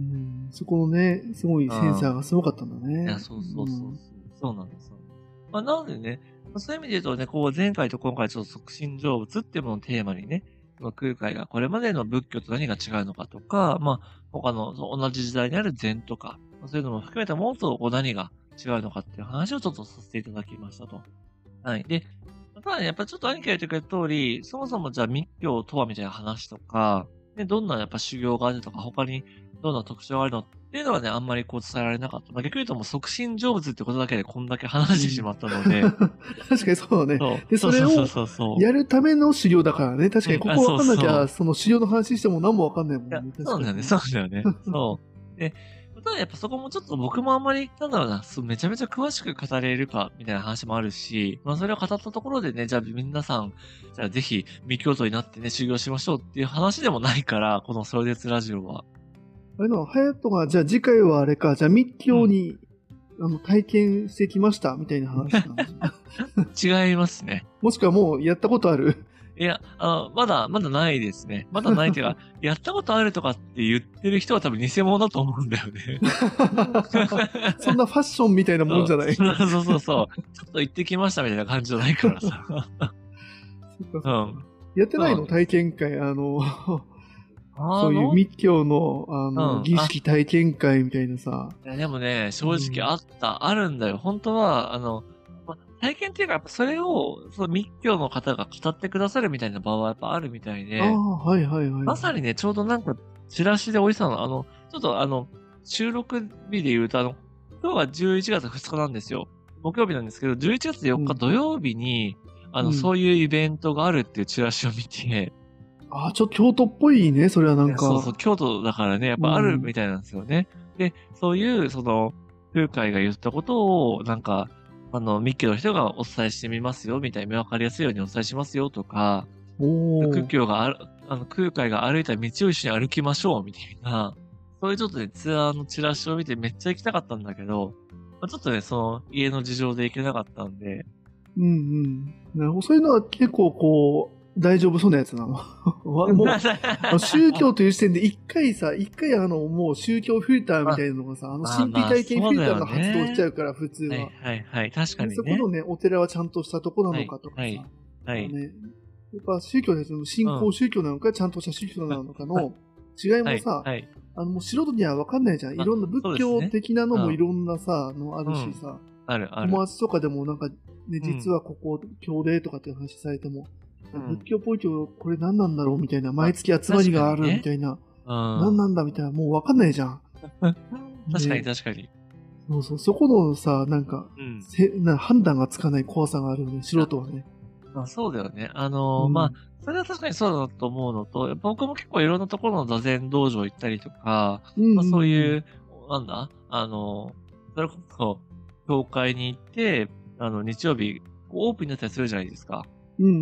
S1: そこのね、すごいセンサーがすごかったんだね。
S2: いや、そうそうそうそう。うん、そうなんですよ。まあ、なのでね、まあ、そういう意味で言うとね、こう前回と今回ちょっと促進成仏っていうものをテーマにね、その空海がこれまでの仏教と何が違うのかとか、まあ、他のそう同じ時代にある禅とか、まあそういうのも含めたものとこう何が違うのかっていう話をちょっとさせていただきましたと。はい。で、ただね、やっぱりちょっと兄貴が言ってくれた通り、そもそもじゃあ密教とはみたいな話とか、ね、どんなやっぱ修行があるとか、他にどんな特徴があるのっていうのはね、あんまりこう伝えられなかった。まあ、逆に言うともう促進成仏ってことだけでこんだけ話してしまったので。うん、
S1: 確かにそうだね。
S2: そう。
S1: で、それをやるための修行だからね。確かにここ分かんなきゃ、うん、そうそうその修行の話しても何も分かんないもんね。
S2: そうだよね、そうだよね。そう。で、ただやっぱそこもちょっと僕もあんまり、なんだろうな、めちゃめちゃ詳しく語れるか、みたいな話もあるし、まあそれを語ったところでね、じゃあ皆さん、じゃあぜひ密教徒になってね、修行しましょうっていう話でもないから、このソロデツラジオは。
S1: あれの、ハヤトが、じゃあ次回はあれか、じゃあ密教に、うん、あの体験してきましたみたいな話なんです
S2: 違いますね。
S1: もしくはもうやったことある
S2: いや、あの、まだ、まだないですね。まだないっていうか、やったことあるとかって言ってる人は多分偽物だと思うんだよね。
S1: そんなファッションみたいなもんじゃない
S2: そうそうそうそう。ちょっと行ってきましたみたいな感じじゃないからさ。
S1: そっか、うん、やってないの、体験会。あの、そういう密教の、あの、うん、儀式体験会みたいなさ。
S2: いや、でもね、正直あった、うん、あるんだよ。本当は、あの、体験っていうか、やっぱそれを、その密教の方が語ってくださるみたいな場はやっぱあるみたいで。
S1: ああ、はいはいはい。
S2: まさにね、ちょうどなんか、チラシでおじさんの、あの、ちょっとあの、収録日で言うと、あの、今日はじゅういちがつふつかなんですよ。木曜日なんですけど、じゅういちがつよっか土曜日に、うん、あの、そういうイベントがあるっていうチラシを見て、
S1: うん、ああ、ちょっと京都っぽいね、それはなんか。
S2: そうそう、京都だからね、やっぱあるみたいなんですよね。うん、で、そういう、その、空海が言ったことを、なんか、あの、密教の人がお伝えしてみますよ、みたいな、わかりやすいようにお伝えしますよ、とか、空教がある、あの、空海が歩いた道を一緒に歩きましょう、みたいな、そういうちょっとね、ツアーのチラシを見てめっちゃ行きたかったんだけど、まあ、ちょっとね、その、家の事情で行けなかったんで。
S1: うんうん。なるほど。そういうのは結構こう、大丈夫そうなやつなの。もう、宗教という視点で一回さ、一回あの、もう宗教フィルターみたいなのがさ、あの神秘体験フィルターが発動しちゃうから、普通は。
S2: はいはいはい、確かにね。
S1: そこのね、お寺はちゃんとしたとこなのかとかさ。はい。はい。ね、やっぱ宗教ですね、信仰宗教なのか、ちゃんとした宗教なのかの違いもさ、はいはい、あの、もう素人には分かんないじゃん。いろんな仏教的なのもいろんなさ、のあるしさ。あるある。友達とかでもなんか、ね、実はここ、教でとかって話されても、うん、仏教っぽいけど、これ何なんだろうみたいな、毎月集まりがあるみたいな、ね、何なんだみたいな、もう分かんないじゃん。
S2: 確かに確かに。
S1: そうそう、そこのさ、なんか、うん、せな判断がつかない怖さがあるよね、素人はね。
S2: まあ、そうだよね。あのーうん、まあ、それは確かにそうだと思うのと、僕も結構いろんなところの座禅道場行ったりとか、うんうん、まあ、そういう、なんだ、あのー、それこそ、教会に行って、あの、日曜日、オープンになったりするじゃないですか。
S1: うんうんうん。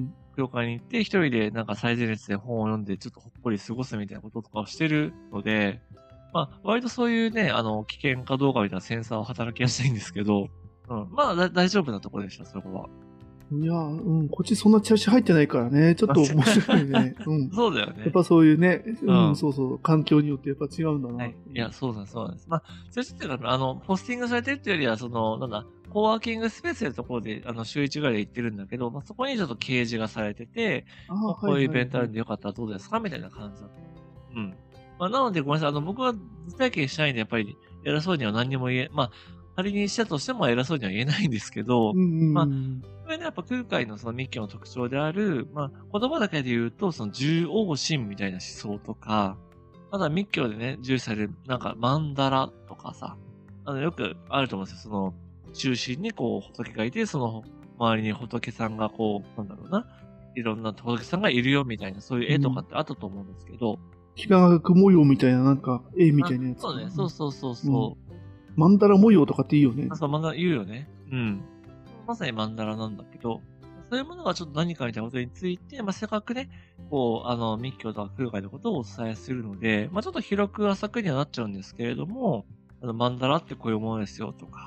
S2: 教会に行って、一人でなんか最前列で本を読んで、ちょっとほっこり過ごすみたいなこととかをしてるので、まあ、割とそういうね、あの、危険かどうかみたいなセンサーを働きやすいんですけど、うん、まあ、大丈夫なところでした、そこは。
S1: いや、うん、こっちそんなチラシ入ってないからね、ちょっと面白いね。うん。
S2: そうだよね。
S1: やっぱそういうね、うん、うん、そうそう、環境によってやっぱ違うんだな。
S2: はい。いや、そうなんです、そうなんです。まあ、それっていうか、あの、ポスティングされてるっていうよりは、その、なんだ、コワーキングスペースのところで、あの、週いちぐらいで行ってるんだけど、まあ、そこにちょっと掲示がされてて、あまあ、こういうイベントあるんでよかったらどうですかみたいな感じだった。うん。まあ、なので、ごめんなさい。あの、僕は実体験したいんで、やっぱり、偉そうには何にも言え、まあ、仮にしたとしても偉そうには言えないんですけど、
S1: うんうんうん、
S2: まあ、これね、やっぱ空海のその密教の特徴である、まあ、言葉だけで言うと、その十王心みたいな思想とか、まだ密教でね、重視される、なんか、曼荼羅とかさ、あの、よくあると思うんですよ。その、中心にこう、仏がいて、その、周りに仏さんがこう、なんだろうな、いろんな仏さんがいるよみたいな、そういう絵とかってあったと思うんですけど。
S1: 幾何学模様みたいな、なんか、絵みたいなやつ。
S2: そうね、そうそうそうそう。
S1: 曼荼羅模様とかっていいよね。
S2: そう、曼荼羅言うよね。うん。まさに曼荼羅なんだけど、そういうものがちょっと何かみたいなことについて、まあ、せっかくね、こう、あの、密教とか空海のことをお伝えするので、まあ、ちょっと広く浅くにはなっちゃうんですけれども、あの、曼荼羅ってこういうものですよとか、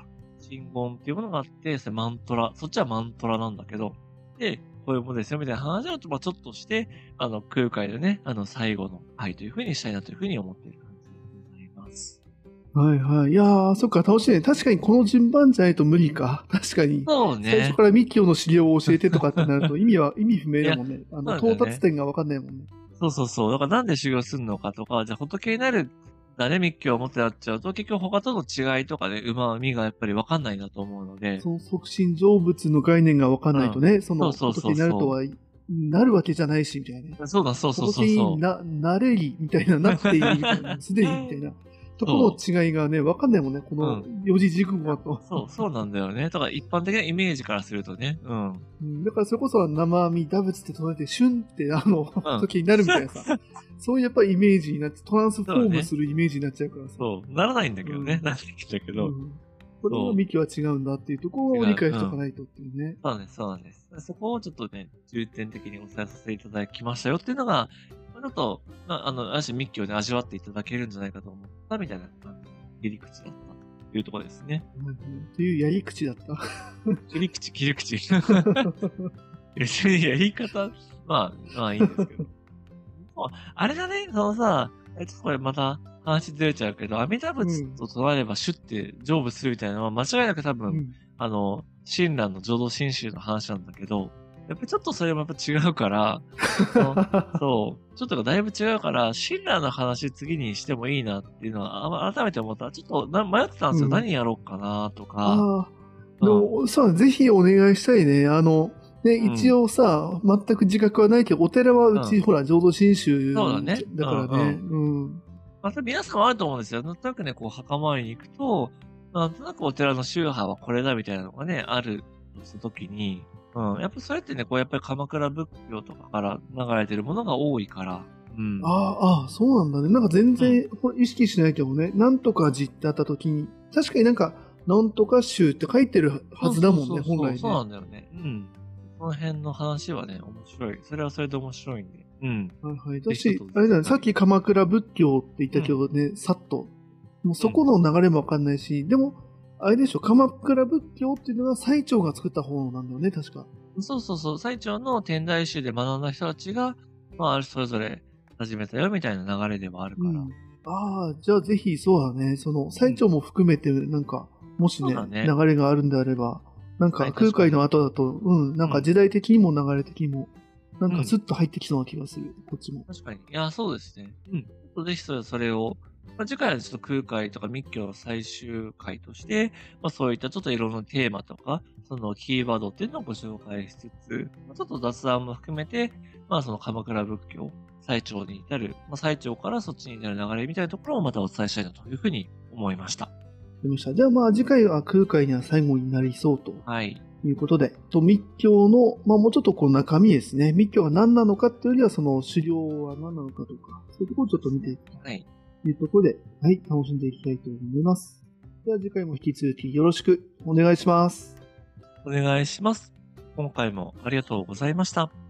S2: 真言っていうものがあって、それマントラ、そっちはマントラなんだけど、で、こういうものですよみたいな話を、まあ、ちょっとして、あの、空海でね、あの、最後の回というふうにしたいなというふうに思っている感じでございます。
S1: はいはい。いやー、そっか、楽しいね。確かにこの順番じゃないと無理か。確かに。
S2: そうね。
S1: 最初から密教の修行を教えてとかってなると意味は、意味不明だもんね。あの、
S2: ね、
S1: 到達点がわかんないもんね。
S2: そうそうそう。だからなんで修行するのかとか、じゃあ仏になるだね、密教を持ってなっちゃうと、結局他との違いとかね、旨味がやっぱりわかんないなと思うので。
S1: その即身成仏の概念がわかんないとね、うん、その仏になるとはなるわけじゃないし、みたいなね。
S2: そうだ、そうそうそうそう。
S1: 仏にな、なれり、みたいな、なっているみたいな、すでに、みたいな。ところの違いがね、わかんないもんね、この四字熟語だと、
S2: うん。そう、そうなんだよね。だから一般的なイメージからするとね。うん。
S1: うん、だからそれこそ生阿弥陀仏って唱えて、シュンってあの、うん、時になるみたいなさ。そういうやっぱイメージになって、トランスフォームするイメージになっちゃうからさ。
S2: そう、ね、ならないんだけどね。うん、ならないんだけど。うん
S1: これの幹は違うんだっていうところを理解しておかないとっていうね。
S2: うん、そうなんです、そうなんです。そこをちょっとね、重点的にお伝えさせていただきましたよっていうのが、ちょっと、まあ、あの、ある種密教で味わっていただけるんじゃないかと思ったみたいな感じの切り口だったというところですね。
S1: うん、というやり口だった。
S2: 切り口、切り口。別にやり方、まあ、まあいいんですけど。あれだね、そのさ、え、ちょっとこれまた話ずれちゃうけど、阿弥陀仏と唱えればシュッて成仏するみたいなのは間違いなく多分、うん、あの、親鸞の浄土真宗の話なんだけど、やっぱりちょっとそれもやっぱ違うから、そう、ちょっとだいぶ違うから、親鸞の話次にしてもいいなっていうのは改めて思った。ちょっとな迷ってたんですよ。うん、何やろうかなとか。
S1: ああ。でも、さ、ぜひお願いしたいね。あの、ね、うん、一応さ、全く自覚はないけど、お寺はうち、うん、ほら、浄土真宗だからね。だからね。うん。うん、
S2: また皆さんはあると思うんですよ。なんとなくね、こう、墓参りに行くと、なんとなくお寺の宗派はこれだみたいなのがね、あるときに、うん。やっぱそれってね、こう、やっぱり鎌倉仏教とかから流れてるものが多いから。うん。
S1: ああ、ああ、そうなんだね。なんか全然、これ意識しないけどね、なんとか寺ってあったときに、確かになんか、なんとか宗って書いてるはずだもんね、本来ね。
S2: そうなんだよね。うん。この辺の話はね、面白い。それはそれで面白いんで。うん。
S1: はいはい。だし、あれだね、さっき鎌倉仏教って言ったけどね、うん、さっと。もうそこの流れもわかんないし、うん、でも、あれでしょ、鎌倉仏教っていうのは最澄が作った方なんだよね、確か。
S2: そうそうそう。最澄の天台宗で学んだ人たちが、まあ、それぞれ始めたよみたいな流れではあるから。うん、
S1: ああ、じゃあぜひそうだね。その、最澄も含めて、なんか、もしね、ね流れがあるんであれば、なんか空海の後だと、うん、なんか時代的にも流れ的にも、なんかスッと入ってきそうな気がする、うん、こっちも。
S2: 確かに。いや、そうですね。うん。ぜひそれを、まあ、次回はちょっと空海とか密教の最終回として、まあそういったちょっといろんなテーマとか、そのキーワードっていうのをご紹介しつつ、まあ、ちょっと雑談も含めて、まあその鎌倉仏教、最澄に至る、まあ最澄からそっちに至る流れみたいなところをまたお伝えしたいなというふうに思いました。
S1: じゃあまあ次回は空海には最後になりそうと。
S2: はい。
S1: いうことで、と密教の、まあもうちょっとこう中身ですね。密教が何なのかっていうよりは、その修行は何なのかとか、そういうところをちょっと見ていくというところで、はい、楽しんでいきたいと思います。では次回も引き続きよろしくお願いします。
S2: お願いします。今回もありがとうございました。